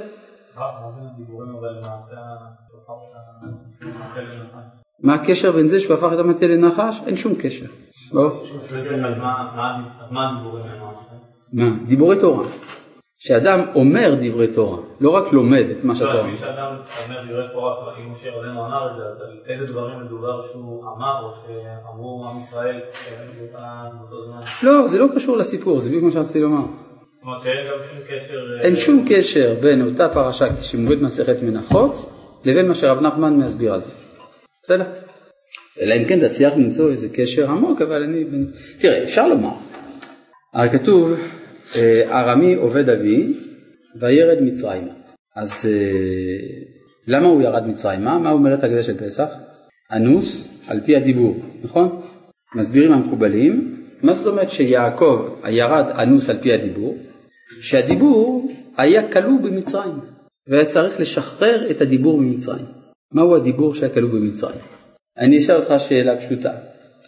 מה הקשר בין זה שהוא הפך את המטה לנחש? אין שום קשר. לא? אז מה הדיבורים למעשה? מה? דיבורי תורה. שאדם אומר דברי תורה, לא רק לומד את מה שאתה אומר. כשאדם אומר דברי תורה, אם משה רבנו אמר את זה, אז על איזה דברים מדובר שהוא אמר, או שאמרו עם ישראל באותו זמן? לא, זה לא קשור לסיפור, זה בדיוק מה שרציתי לומר. זאת אומרת שאין גם שום קשר... אין שום קשר בין אותה פרשה שמובאת מסכת מנחות, לבין מה שרב נחמן מסביר על זה. בסדר? אלא אם כן תצליח למצוא איזה קשר עמוק, אבל אני... תראה, אפשר לומר. הרי כתוב, ארמי עובד אבי, וירד מצרימה. אז למה הוא ירד מצרימה? מה אומרת הגדה של פסח? אנוס על פי הדיבור, נכון? מסבירים המקובלים. מה זאת אומרת שיעקב ירד אנוס על פי הדיבור? שהדיבור היה כלוא במצרים, והיה צריך לשחרר את הדיבור במצרים. מהו הדיבור שהיה כלוא במצרים? אני אשאל אותך שאלה פשוטה.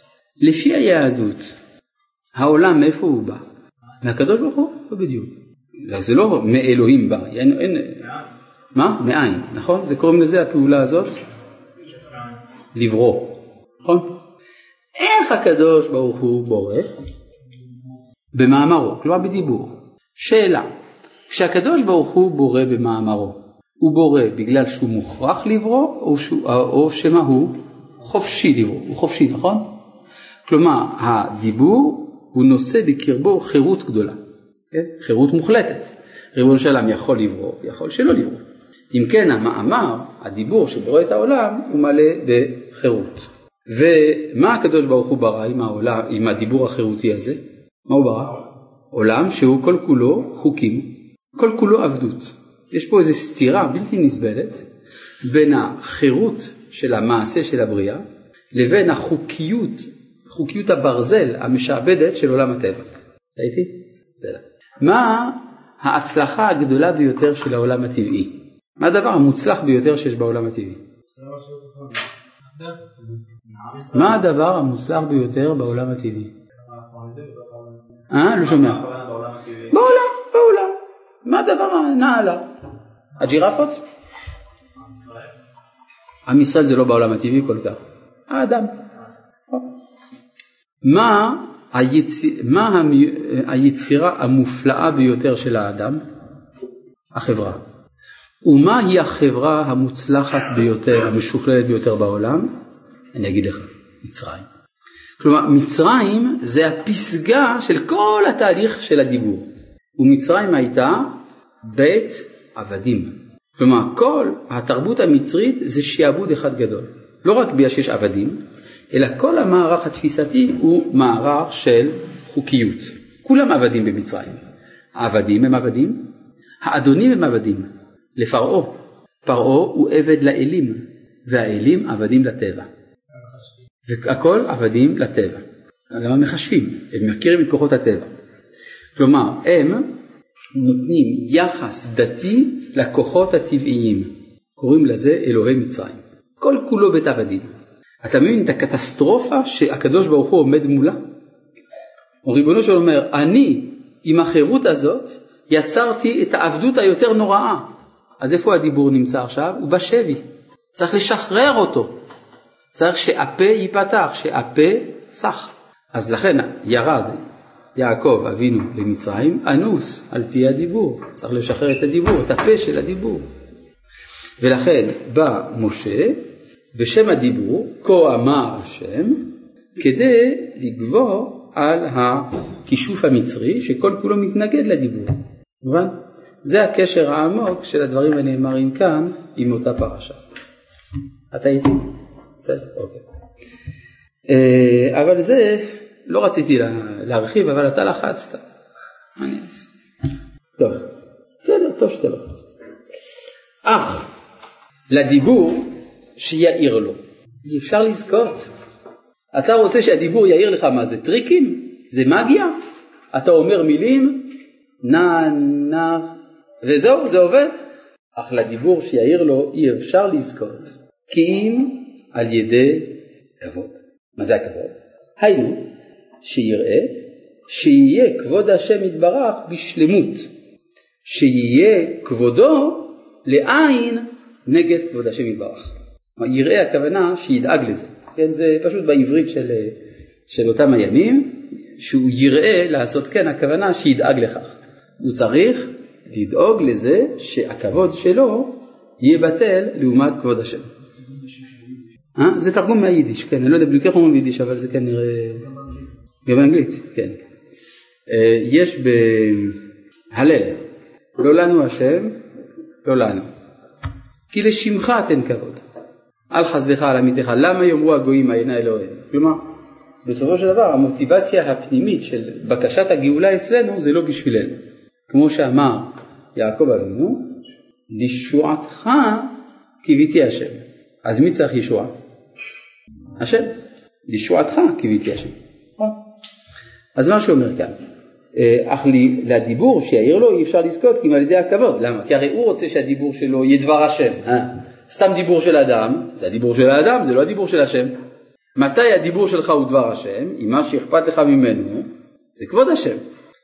לפי היהדות, העולם מאיפה הוא בא? מהקדוש ברוך הוא? לא בדיוק. זה לא מאלוהים בא, אין, אין, מה? מאין, נכון? זה קוראים לזה הפעולה הזאת? לברוא, נכון? איך הקדוש ברוך הוא בורא? במאמרו, כלומר בדיבור. שאלה, כשהקדוש ברוך הוא בורא במאמרו, הוא בורא בגלל שהוא מוכרח לברוא, או, שהוא, או שמה הוא חופשי לברוא, הוא חופשי, נכון? כלומר, הדיבור הוא נושא בקרבו חירות גדולה, כן? חירות מוחלטת. ריבונו של עולם יכול לברוא, יכול שלא לברוא. אם כן, המאמר, הדיבור שבורא את העולם, הוא מלא בחירות. ומה הקדוש ברוך הוא ברא עם, העולם, עם הדיבור החירותי הזה? מה הוא ברא? עולם שהוא כל כולו חוקים, כל כולו עבדות. יש פה איזו סתירה בלתי נסבלת בין החירות של המעשה של הבריאה לבין החוקיות, חוקיות הברזל המשעבדת של עולם הטבע. ראיתי? זה לא. מה ההצלחה הגדולה ביותר של העולם הטבעי? מה הדבר המוצלח ביותר שיש בעולם הטבעי? מה הדבר המוצלח ביותר בעולם הטבעי? אה? לא שומע. בעולם, בעולם. מה הדבר הנעלה? הג'ירפות? עם ישראל זה לא בעולם הטבעי כל כך. האדם. מה היציר, מה היצירה המופלאה ביותר של האדם? החברה. ומהי החברה המוצלחת ביותר, המשוכללת ביותר בעולם? אני אגיד לך, מצרים. כלומר, מצרים זה הפסגה של כל התהליך של הדיבור. ומצרים הייתה בית עבדים. כלומר, כל התרבות המצרית זה שיעבוד אחד גדול. לא רק בגלל שיש עבדים, אלא כל המערך התפיסתי הוא מערך של חוקיות. כולם עבדים במצרים. העבדים הם עבדים, האדונים הם עבדים. לפרעה. פרעה הוא עבד לאלים, והאלים עבדים לטבע. והכל עבדים לטבע. גם המחשבים, הם מכירים את כוחות הטבע. כלומר, הם נותנים יחס דתי לכוחות הטבעיים. קוראים לזה אלוהי מצרים. כל כולו בית עבדים. אתה מבין את הקטסטרופה שהקדוש ברוך הוא עומד מולה? ריבונו שלו אומר, אני עם החירות הזאת יצרתי את העבדות היותר נוראה. אז איפה הדיבור נמצא עכשיו? הוא בשבי. צריך לשחרר אותו. צריך שהפה ייפתח, שהפה סח. אז לכן ירד יעקב אבינו למצרים, אנוס על פי הדיבור. צריך לשחרר את הדיבור, את הפה של הדיבור. ולכן בא משה בשם הדיבור, כה אמר השם, כדי לגבור על הכישוף המצרי שכל כולו מתנגד לדיבור. מובן? זה הקשר העמוק של הדברים הנאמרים כאן עם אותה פרשה. אתה איתי? בסדר? אוקיי. אבל זה, לא רציתי להרחיב, אבל אתה לחצת. אני אעשה. טוב. בסדר, טוב שאתה לחצת. אך, לדיבור שיעיר לו. אי אפשר לזכות. אתה רוצה שהדיבור יעיר לך מה זה? טריקים? זה מגיה? אתה אומר מילים, נע, נע, וזהו, זה עובד. אך לדיבור שיעיר לו אי אפשר לזכות. כי אם על ידי כבוד. מה זה הכבוד? היינו, שיראה, שיהיה כבוד השם יתברך בשלמות. שיהיה כבודו לעין נגד כבוד השם יתברך. יראה הכוונה שידאג לזה. כן, זה פשוט בעברית של, של אותם הימים, שהוא יראה לעשות כן, הכוונה שידאג לכך. הוא צריך לדאוג לזה שהכבוד שלו יהיה בטל לעומת כבוד השם. אה? זה תרגום מהיידיש, כן, אני לא יודע בלי כך אומרים ביידיש, אבל זה כנראה גם באנגלית, כן. יש בהלל, לא לנו השם, לא לנו. כי לשמך תן כבוד. אל חסדך על עמיתך. למה יאמרו הגויים עייני אלוהים? כלומר, בסופו של דבר, המוטיבציה הפנימית של בקשת הגאולה אצלנו, זה לא בשבילנו. כמו שאמר יעקב אבינו, לישועתך קיוויתי השם. אז מי צריך ישועה? השם. לישועתך קיוויתי השם. אז מה שאומר כאן, אך לדיבור שיעיר לו אי אפשר לזכות כי על ידי הכבוד. למה? כי הרי הוא רוצה שהדיבור שלו יהיה דבר השם. אה? סתם דיבור של האדם, זה הדיבור של האדם, זה לא הדיבור של השם. מתי הדיבור שלך הוא דבר השם? אם מה שאכפת לך ממנו, זה כבוד השם.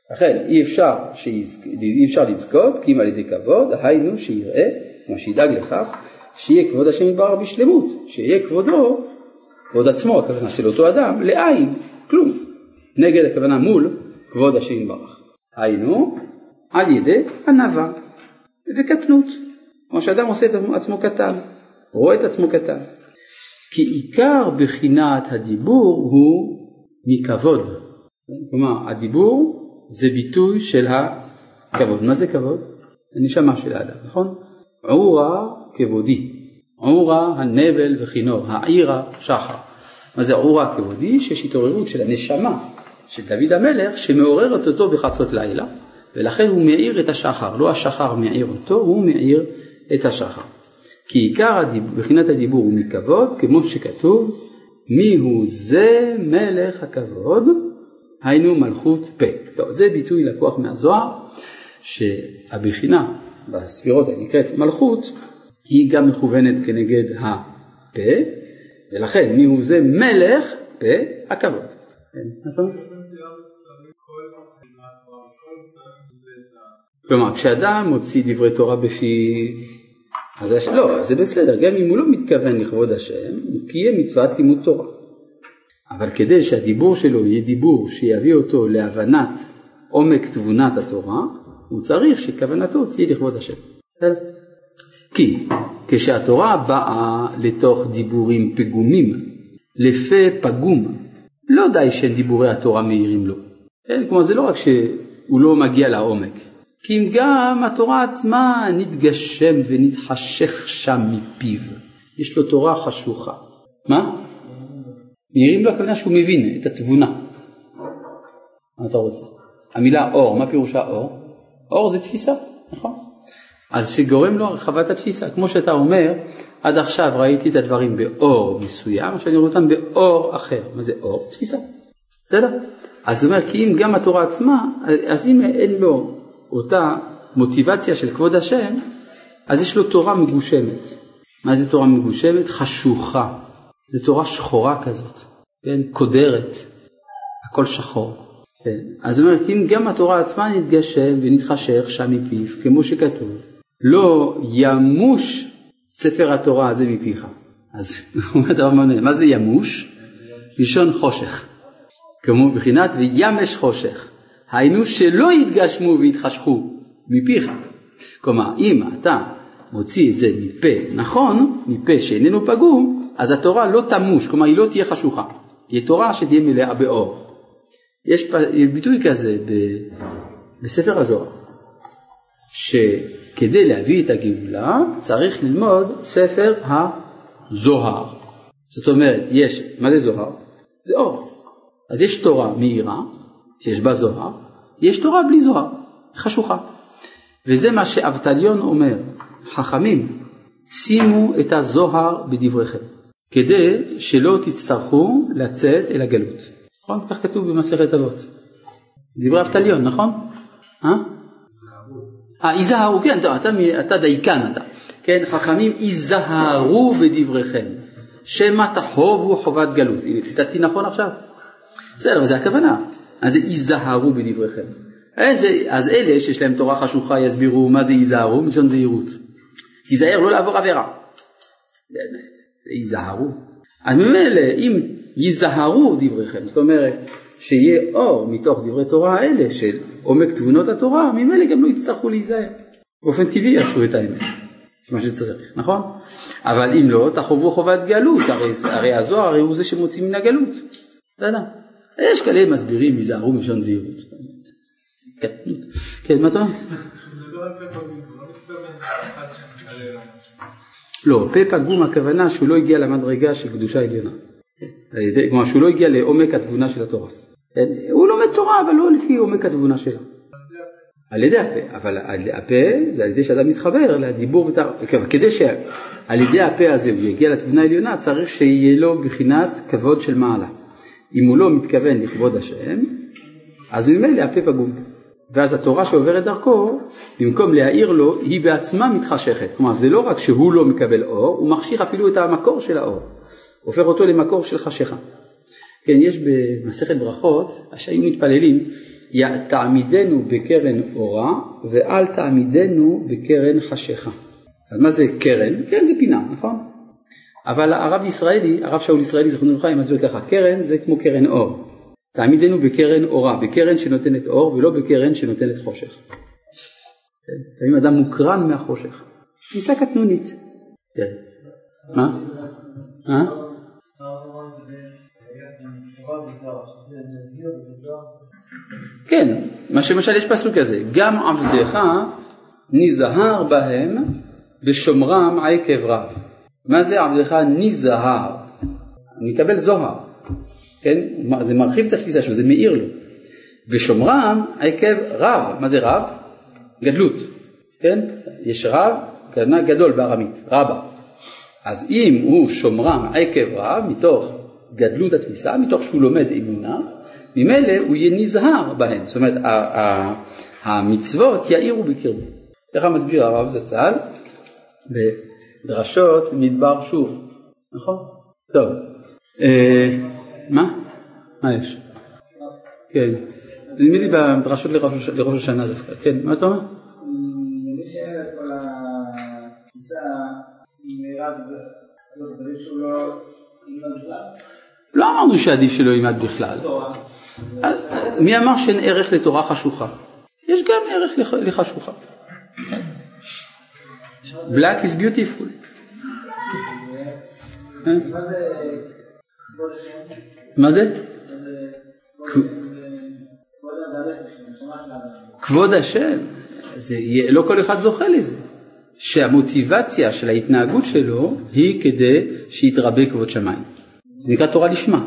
לכן אי אפשר, שיז... אי אפשר לזכות כי אם על ידי כבוד, היינו שיראה, כמו שידאג לכך, שיהיה כבוד השם יתברך בשלמות, שיהיה כבודו, כבוד עצמו, הכוונה של אותו אדם, לעין, כלום. נגד הכוונה מול כבוד השם יתברך. היינו על ידי ענווה וקטנות. כמו שאדם עושה את עצמו קטן, רואה את עצמו קטן. כי עיקר בחינת הדיבור הוא מכבוד. כלומר, הדיבור זה ביטוי של הכבוד. מה זה כבוד? הנשמה של האדם, נכון? עורה כבודי. עורה הנבל וכינור, העירה שחר. מה זה עורה כבודי? שיש התעוררות של הנשמה של דוד המלך שמעוררת אותו בחצות לילה, ולכן הוא מאיר את השחר. לא השחר מאיר אותו, הוא מאיר את השחר. כי עיקר הדיבור, בחינת הדיבור הוא מכבוד, כמו שכתוב, מי הוא זה מלך הכבוד, היינו מלכות פה. טוב, זה ביטוי לקוח מהזוהר, שהבחינה בספירות הנקראת מלכות, היא גם מכוונת כנגד הפה, ולכן מי הוא זה מלך פה הכבוד. נכון? כלומר, כשאדם מוציא דברי תורה בפי, אז לא, זה בסדר, גם אם הוא לא מתכוון לכבוד השם, הוא קיים מצוות לימוד תורה. אבל כדי שהדיבור שלו יהיה דיבור שיביא אותו להבנת עומק תבונת התורה, הוא צריך שכוונתו תהיה לכבוד השם. כי כשהתורה באה לתוך דיבורים פגומים, לפה פגום, לא די שדיבורי התורה מהירים לו. כלומר, זה לא רק שהוא לא מגיע לעומק, כי אם גם התורה עצמה נתגשם ונתחשך שם מפיו. יש לו תורה חשוכה. מה? מהירים לו הכוונה שהוא מבין את התבונה. מה אתה רוצה? המילה אור, מה פירושה אור? אור זה תפיסה, נכון? אז שגורם לו הרחבת התפיסה. כמו שאתה אומר, עד עכשיו ראיתי את הדברים באור מסוים, עכשיו אני רואה אותם באור אחר. מה זה אור? תפיסה. בסדר? אז זאת אומרת, כי אם גם התורה עצמה, אז אם אין לו אותה מוטיבציה של כבוד השם, אז יש לו תורה מגושמת. מה זה תורה מגושמת? חשוכה. זה תורה שחורה כזאת, כן? קודרת, הכל שחור. כן? אז זאת אומרת, אם גם התורה עצמה נתגשם ונתחשך שם מפיו, כמו שכתוב, לא ימוש ספר התורה הזה מפיך. אז מה זה ימוש? לישון חושך. כמו בחינת וימש חושך. היינו שלא יתגשמו ויתחשכו מפיך. כלומר, אם אתה מוציא את זה מפה נכון, מפה שאיננו פגום, אז התורה לא תמוש, כלומר היא לא תהיה חשוכה. תהיה תורה שתהיה מלאה באור. יש ביטוי כזה בספר הזוהר, שכדי להביא את הגאולה צריך ללמוד ספר הזוהר. זאת אומרת, יש, מה זה זוהר? זה אור. אז יש תורה מהירה, שיש בה זוהר, יש תורה בלי זוהר, חשוכה. וזה מה שאבטליון אומר, חכמים, שימו את הזוהר בדבריכם, כדי שלא תצטרכו לצאת אל הגלות. נכון? כך כתוב במסכת אבות. דברי אבטליון, נכון? אה? אה, איזהרו, כן, אתה, אתה דייקן אתה. כן, חכמים, איזהרו בדבריכם, שמא תחובו חובת גלות. הנה, ציטטתי נכון עכשיו? בסדר, זה הכוונה. אז זה איזהרו בדבריכם. אז אלה שיש להם תורה חשוכה יסבירו מה זה איזהרו, מלשון זהירות. תיזהר לא לעבור עבירה. באמת, זה איזהרו. אז ממילא, אם ייזהרו דבריכם, זאת אומרת, שיהיה אור מתוך דברי תורה האלה של עומק תבונות התורה, ממילא גם לא יצטרכו להיזהר. באופן טבעי יעשו את האמת. מה שצריך, נכון? אבל אם לא, תחובו חובת גלות, הרי, הרי הזוהר הרי הוא זה שמוציא מן הגלות. אתה יודע. יש כאלה מסבירים, ייזהרו מלשון זהירות. קטנות. כן, מה אתה אומר? לא, פה פגום הכוונה שהוא לא הגיע למדרגה של קדושה עליונה. כלומר, שהוא לא הגיע לעומק התבונה של התורה. הוא לומד תורה, אבל לא לפי עומק התבונה שלה. על ידי הפה, אבל הפה זה על ידי שאדם מתחבר לדיבור, כדי שעל ידי הפה הזה הוא יגיע לתבונה עליונה, צריך שיהיה לו בחינת כבוד של מעלה. אם הוא לא מתכוון לכבוד השם, אז ממילא הפה פגום. ואז התורה שעוברת דרכו, במקום להעיר לו, היא בעצמה מתחשכת. כלומר, זה לא רק שהוא לא מקבל אור, הוא מחשיך אפילו את המקור של האור. הופך אותו למקור של חשיכה. כן, יש במסכת ברכות, שהיו מתפללים, תעמידנו בקרן אורה ואל תעמידנו בקרן חשיכה. אז מה זה קרן? קרן זה פינה, נכון? אבל הרב ישראלי, הרב שאול ישראלי זכרונו לברכה, מסביר ככה, קרן זה כמו קרן אור. תעמידנו בקרן אורה, בקרן שנותנת אור ולא בקרן שנותנת חושך. לפעמים אדם מוקרן מהחושך. תפיסה קטנונית. כן. מה? אה? כן, מה שמשל יש פסוק כזה, גם עבדך נזהר בהם בשומרם עקב רב. מה זה עבדך נזהר? אני אקבל זוהר. כן? זה מרחיב את התפיסה שלו, זה מאיר לו. בשומרם עקב רב. מה זה רב? גדלות. כן? יש רב, גדול בארמית, רבה. אז אם הוא שומרם עקב רב, מתוך גדלות התפיסה, מתוך שהוא לומד אמונה, ממילא הוא יהיה נזהר בהם. זאת אומרת, המצוות יאירו בקרבו. ככה מסביר הרב זצ"ל בדרשות מדבר שוב. נכון? טוב. מה? מה יש? כן. תלמד לי בדרשות לראש השנה דווקא. כן, מה אתה אומר? מי שאין את כל התפיסה מרב דברים שהוא לא ילמד בכלל? לא אמרנו שעדיף שלא ילמד בכלל. מי אמר שאין ערך לתורה חשוכה? יש גם ערך לחשוכה. Black is beautiful. מה זה? כבוד השם. לא כל אחד זוכה לזה. שהמוטיבציה של ההתנהגות שלו היא כדי שיתרבה כבוד שמיים. זה נקרא תורה לשמה.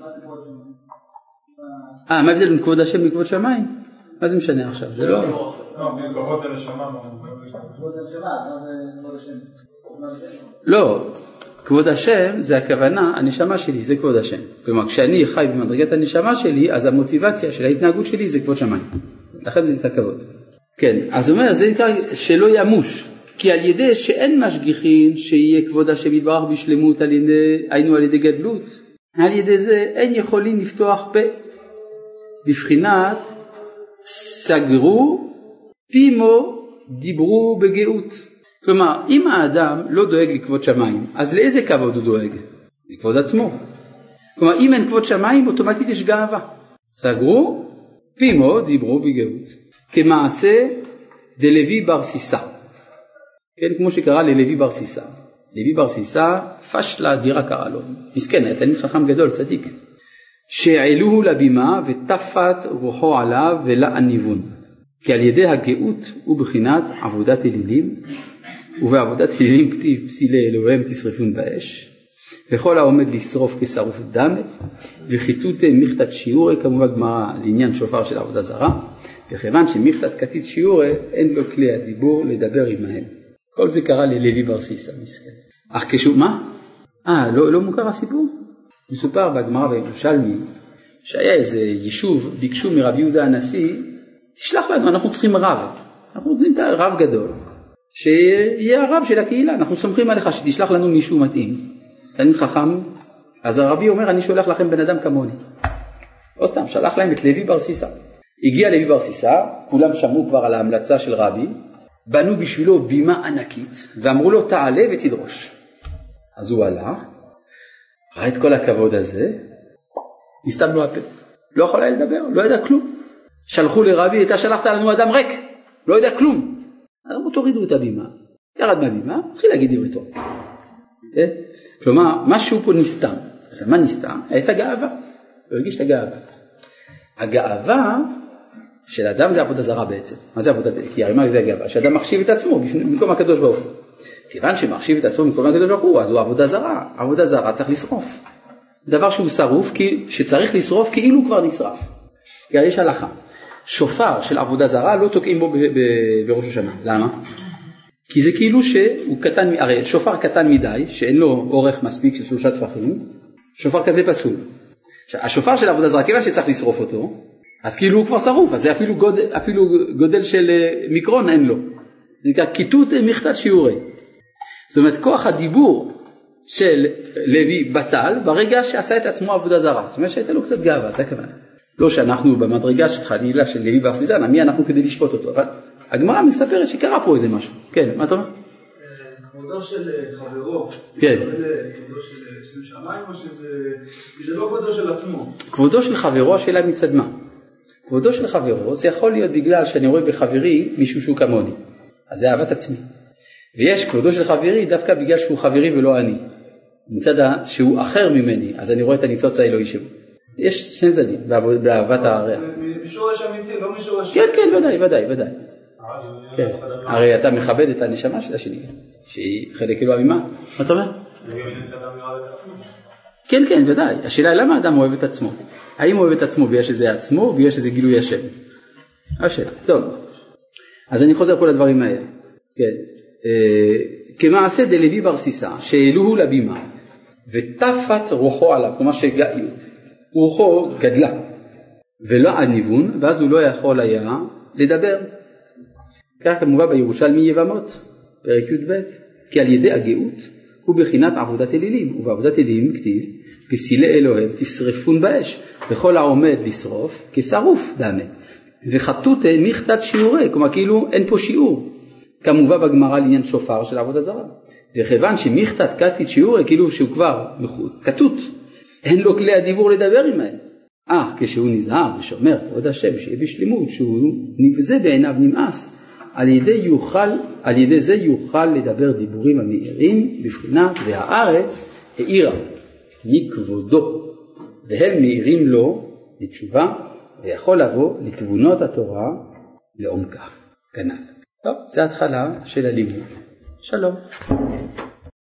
אה, מה הבדל בין כבוד השם וכבוד שמיים? מה זה משנה עכשיו? זה לא... לא, כבוד אל השמה. כבוד השמה, מה זה כבוד השם? לא, כבוד השם זה הכוונה, הנשמה שלי זה כבוד השם. כלומר, כשאני חי במדרגת הנשמה שלי, אז המוטיבציה של ההתנהגות שלי זה כבוד שמיים. לכן זה נקרא כבוד. כן, אז הוא אומר, זה נקרא שלא ימוש. כי על ידי שאין משגיחין שיהיה כבוד השם יתברך בשלמות על ידי, היינו על ידי גדלות, על ידי זה אין יכולים לפתוח פה. בבחינת סגרו פימו דיברו בגאות. כלומר, אם האדם לא דואג לכבוד שמיים, אז לאיזה כבוד הוא דואג? לכבוד עצמו. כלומר, אם אין כבוד שמיים, אוטומטית יש גאווה. סגרו פימו דיברו בגאות. כמעשה דלוי בר סיסא. כן, כמו שקרא ללוי בר סיסא. לוי בר סיסא, פשלה דירה קרא לו. מסכן, היה תלמיד חכם גדול, צדיק. שהעלוהו לבימה ותפת רוחו עליו ולה ניוון. כי על ידי הגאות הוא בחינת עבודת אלילים, ובעבודת אלילים כתיב פסילי אלוהים תשרפון באש, וכל העומד לשרוף כשרוף דם, וחיתות מכתת שיעורי, כמובן גמרא לעניין שופר של עבודה זרה, וכיוון שמכתת כתית שיעורי אין לו כלי הדיבור לדבר עמהם. כל זה קרה ללוי בר סיסא, מסכן. אך כשהוא, מה? אה, לא, לא מוכר הסיפור? מסופר בגמרא בירושלמי, שהיה איזה יישוב, ביקשו מרב יהודה הנשיא, תשלח לנו, אנחנו צריכים רב. אנחנו רוצים את הרב גדול, שיהיה הרב של הקהילה, אנחנו סומכים עליך שתשלח לנו מישהו מתאים. תלמיד חכם, אז הרבי אומר, אני שולח לכם בן אדם כמוני. או סתם, שלח להם את לוי בר סיסא. הגיע לוי בר סיסא, כולם שמעו כבר על ההמלצה של רבי, בנו בשבילו בימה ענקית, ואמרו לו, תעלה ותדרוש. אז הוא עלה, ראה את כל הכבוד הזה, נסתם לו הפה. לא יכול היה לדבר, לא ידע כלום. שלחו לרבי, אתה שלחת לנו אדם ריק, לא יודע כלום. אז אמרו, תורידו את הבימה. ירד מהבימה, התחיל להגיד דברי תורה. כלומר, משהו פה נסתם. אז מה נסתם? הייתה גאווה. הוא הרגיש את הגאווה. הגאווה של אדם זה עבודה זרה בעצם. מה זה עבודה? כי הרי מה זה הגאווה? שאדם מחשיב את עצמו במקום הקדוש ברוך הוא. כיוון שמחשיב את עצמו במקום הקדוש ברוך הוא, אז הוא עבודה זרה. עבודה זרה צריך לשרוף. דבר שהוא שרוף, שצריך לשרוף כאילו כבר נשרף. כי הרי יש הלכה. שופר של עבודה זרה לא תוקעים בו בראש השנה. למה? כי זה כאילו שהוא קטן, הרי שופר קטן מדי, שאין לו אורך מספיק של שלושה טפחים, שופר כזה פסול. השופר של עבודה זרה, כיוון שצריך לשרוף אותו, אז כאילו הוא כבר שרוף, אז זה אפילו גודל, אפילו גודל של מיקרון אין לו. זה נקרא כיתות מכתת שיעורי. זאת אומרת, כוח הדיבור של לוי בטל, ברגע שעשה את עצמו עבודה זרה. זאת אומרת שהייתה לו קצת גאווה, זה הכוונה. לא שאנחנו במדרגה של חלילה של לוי בר סיסן, מי אנחנו כדי לשפוט אותו, אבל הגמרא מספרת שקרה פה איזה משהו. כן, מה אתה אומר? כבודו של חברו, כן. כבודו של שם שמיים או שזה לא כבודו של עצמו? כבודו של חברו, השאלה מצד מה? כבודו של חברו זה יכול להיות בגלל שאני רואה בחברי מישהו שהוא כמוני, אז זה אהבת עצמי. ויש כבודו של חברי דווקא בגלל שהוא חברי ולא אני, מצד שהוא אחר ממני, אז אני רואה את הניצוץ האלוהי שבו. יש שני צדדים באהבת הרע. משורש אמיתי, לא משורש... כן, כן, ודאי, ודאי, ודאי. כן. הרי אתה מכבד את הנשמה של השני, שהיא חלק אלוה ממה. מה אתה אומר? כן, כן, ודאי. השאלה היא למה האדם אוהב את עצמו? האם הוא אוהב את עצמו ויש איזה עצמו ויש איזה גילוי השם? השאלה. טוב. אז אני חוזר פה לדברים האלה. כן. כמעשה דלוי בר סיסא, שהעלוהו לבימה, וטפת רוחו עליו, כלומר שרוחו גדלה, ולא עד ניוון, ואז הוא לא יכול היה לדבר. כך כמובן בירושלמי יבמות, פרק י"ב, כי על ידי הגאות הוא בחינת עבודת אלילים, ובעבודת אלילים כתיב, פסילי אלוהים תשרפון באש, וכל העומד לשרוף כשרוף דמת, וחטות מכתת שיעורי, כלומר כאילו אין פה שיעור, כמובן בגמרא לעניין שופר של עבודה זרה, וכיוון שמכתת כתית שיעורי, כאילו שהוא כבר כתות, אין לו כלי הדיבור לדבר עמהם, אך כשהוא נזהר ושומר כבוד השם שיהיה בשלימות, שהוא נבזה בעיניו נמאס, על ידי, יוכל, על ידי זה יוכל לדבר דיבורים המאירים בבחינת והארץ האירה מכבודו, והם מאירים לו לתשובה, ויכול לבוא לתבונות התורה לעומקה. כנ"ל. טוב, זה התחלה של הלימוד. שלום.